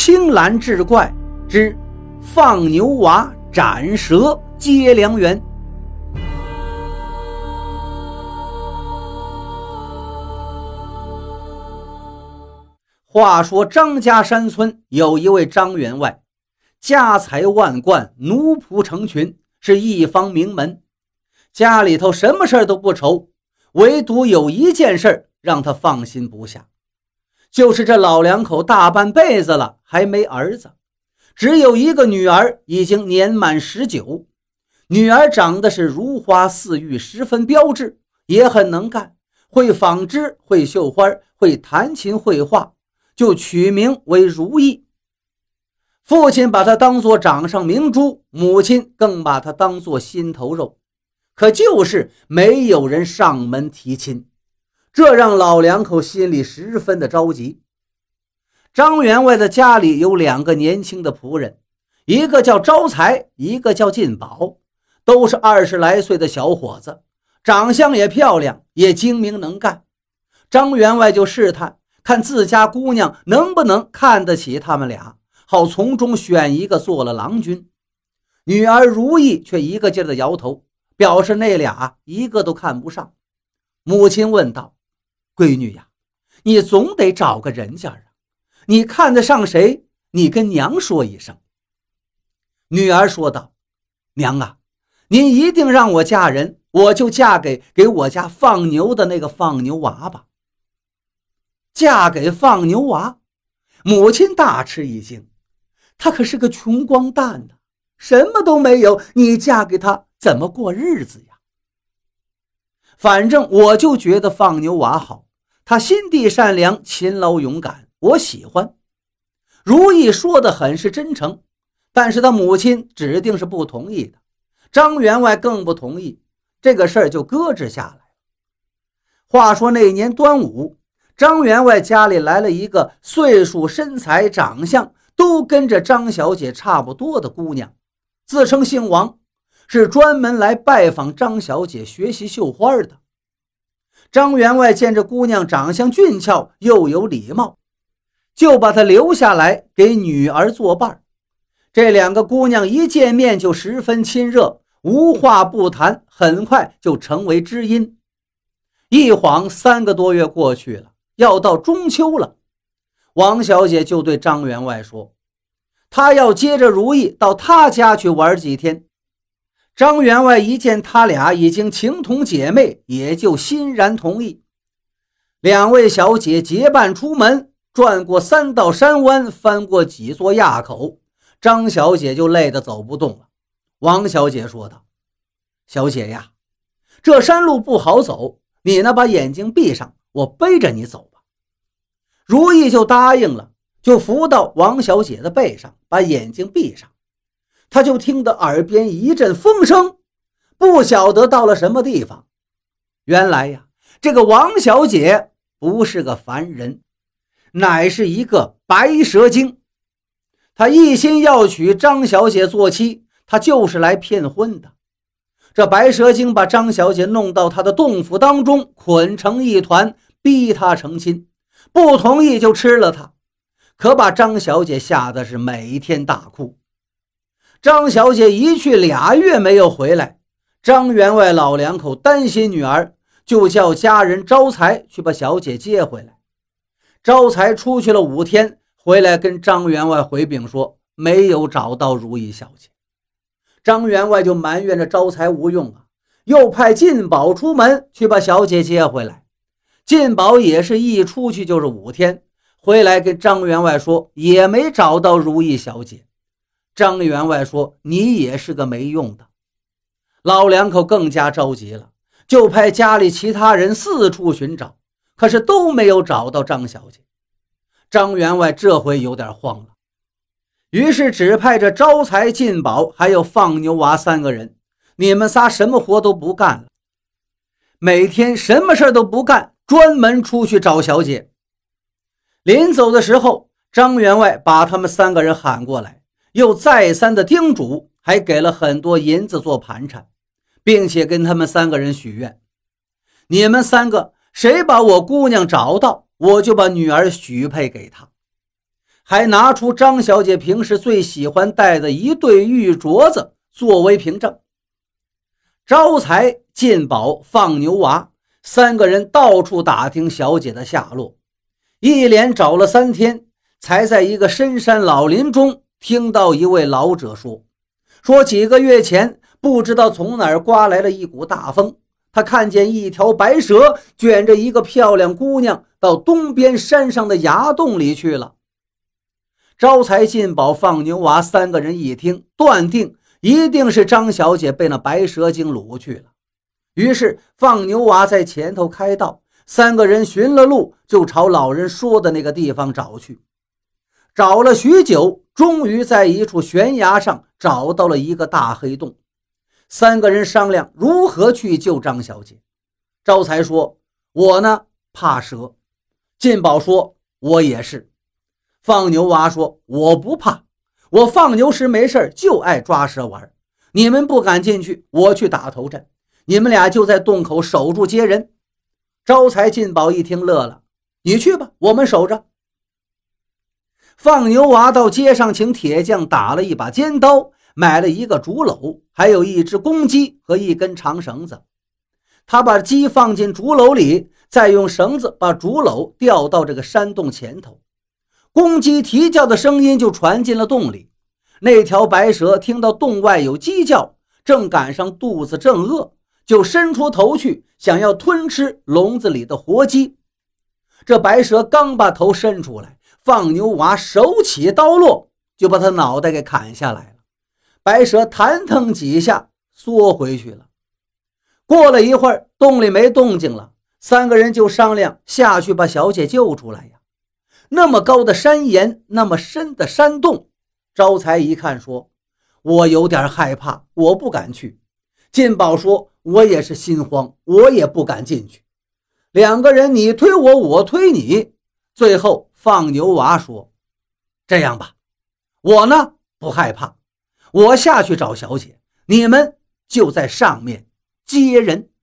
青蓝志怪之放牛娃斩蛇接良缘。话说张家山村有一位张员外，家财万贯，奴仆成群，是一方名门。家里头什么事都不愁，唯独有一件事让他放心不下，就是这老两口大半辈子了还没儿子，只有一个女儿，已经年满19。女儿长得是如花似玉，十分标致，也很能干，会纺织，会绣花，会弹琴绘画，就取名为如意。父亲把她当作掌上明珠，母亲更把她当作心头肉，可就是没有人上门提亲，这让老两口心里十分的着急。张员外的家里有2个年轻的仆人，一个叫招财，一个叫进宝，都是20来岁的小伙子，长相也漂亮，也精明能干。张员外就试探，看自家姑娘能不能看得起他们俩，好从中选一个做了郎君。女儿如意却一个劲儿的摇头，表示那俩一个都看不上。母亲问道：闺女呀，你总得找个人家啊，你看得上谁，你跟娘说一声。女儿说道：娘啊，您一定让我嫁人，我就嫁给我家放牛的那个放牛娃吧。嫁给放牛娃？母亲大吃一惊，他可是个穷光蛋呢，什么都没有，你嫁给他怎么过日子呀？反正我就觉得放牛娃好，他心地善良，勤劳勇敢，我喜欢。如意说得很是真诚，但是他母亲指定是不同意的，张员外更不同意，这个事儿就搁置下来。话说那年端午，张员外家里来了一个岁数、身材、长相都跟着张小姐差不多的姑娘，自称姓王，是专门来拜访张小姐学习绣花的。张员外见这姑娘长相俊俏又有礼貌，就把她留下来给女儿作伴。这2个姑娘一见面就十分亲热，无话不谈，很快就成为知音。一晃3个多月过去了，要到中秋了，王小姐就对张员外说，她要接着如意到她家去玩几天。张员外一见他俩已经情同姐妹，也就欣然同意。2位小姐结伴出门，转过3道山湾，翻过几座垭口，张小姐就累得走不动了。王小姐说道：小姐呀，这山路不好走，你呢把眼睛闭上，我背着你走吧。如意就答应了，就扶到王小姐的背上，把眼睛闭上。他就听得耳边一阵风声，不晓得到了什么地方。原来呀，这个王小姐不是个凡人，乃是一个白蛇精。他一心要娶张小姐做妻，他就是来骗婚的。这白蛇精把张小姐弄到他的洞府当中，捆成一团，逼她成亲，不同意就吃了她，可把张小姐吓得是每天大哭。张小姐一去2月没有回来，张员外老两口担心女儿，就叫家人招财去把小姐接回来。招财出去了5天，回来跟张员外回禀说没有找到如意小姐。张员外就埋怨着招财无用啊，又派进宝出门去把小姐接回来。进宝也是一出去就是5天，回来跟张员外说也没找到如意小姐。张员外说你也是个没用的。老两口更加着急了，就派家里其他人四处寻找，可是都没有找到张小姐。张员外这回有点慌了，于是指派着招财、进宝还有放牛娃3个人，你们仨什么活都不干了，每天什么事都不干，专门出去找小姐。临走的时候，张员外把他们3个人喊过来，又再三的叮嘱，还给了很多银子做盘缠，并且跟他们3个人许愿，你们3个谁把我姑娘找到，我就把女儿许配给她。 还拿出张小姐平时最喜欢戴的一对玉镯子作为凭证。招财、进宝、放牛娃三个人到处打听小姐的下落，一连找了3天，才在一个深山老林中听到一位老者说几个月前不知道从哪儿刮来了一股大风，他看见一条白蛇卷着一个漂亮姑娘到东边山上的崖洞里去了。招财、进宝、放牛娃三个人一听，断定一定是张小姐被那白蛇精掳去了。于是放牛娃在前头开道，三个人寻了路，就朝老人说的那个地方找去。找了许久，终于在一处悬崖上找到了一个大黑洞。三个人商量如何去救张小姐。招财说：“我呢，怕蛇。”进宝说：“我也是。”放牛娃说：“我不怕，我放牛时没事就爱抓蛇玩。你们不敢进去，我去打头阵，你们俩就在洞口守住接人。”招财、进宝一听乐了：“你去吧，我们守着。”放牛娃到街上请铁匠打了一把尖刀，买了一个竹篓，还有一只公鸡和一根长绳子。他把鸡放进竹篓里，再用绳子把竹篓吊到这个山洞前头。公鸡啼叫的声音就传进了洞里。那条白蛇听到洞外有鸡叫，正赶上肚子正饿，就伸出头去想要吞吃笼子里的活鸡。这白蛇刚把头伸出来，放牛娃手起刀落，就把他脑袋给砍下来了。白蛇弹腾几下缩回去了。过了一会儿，洞里没动静了，三个人就商量下去把小姐救出来呀。那么高的山岩，那么深的山洞，招财一看说：“我有点害怕，我不敢去。”进宝说：“我也是心慌，我也不敢进去。”两个人你推我，我推你，最后放牛娃说：“这样吧，我呢不害怕，我下去找小姐，你们就在上面接人。”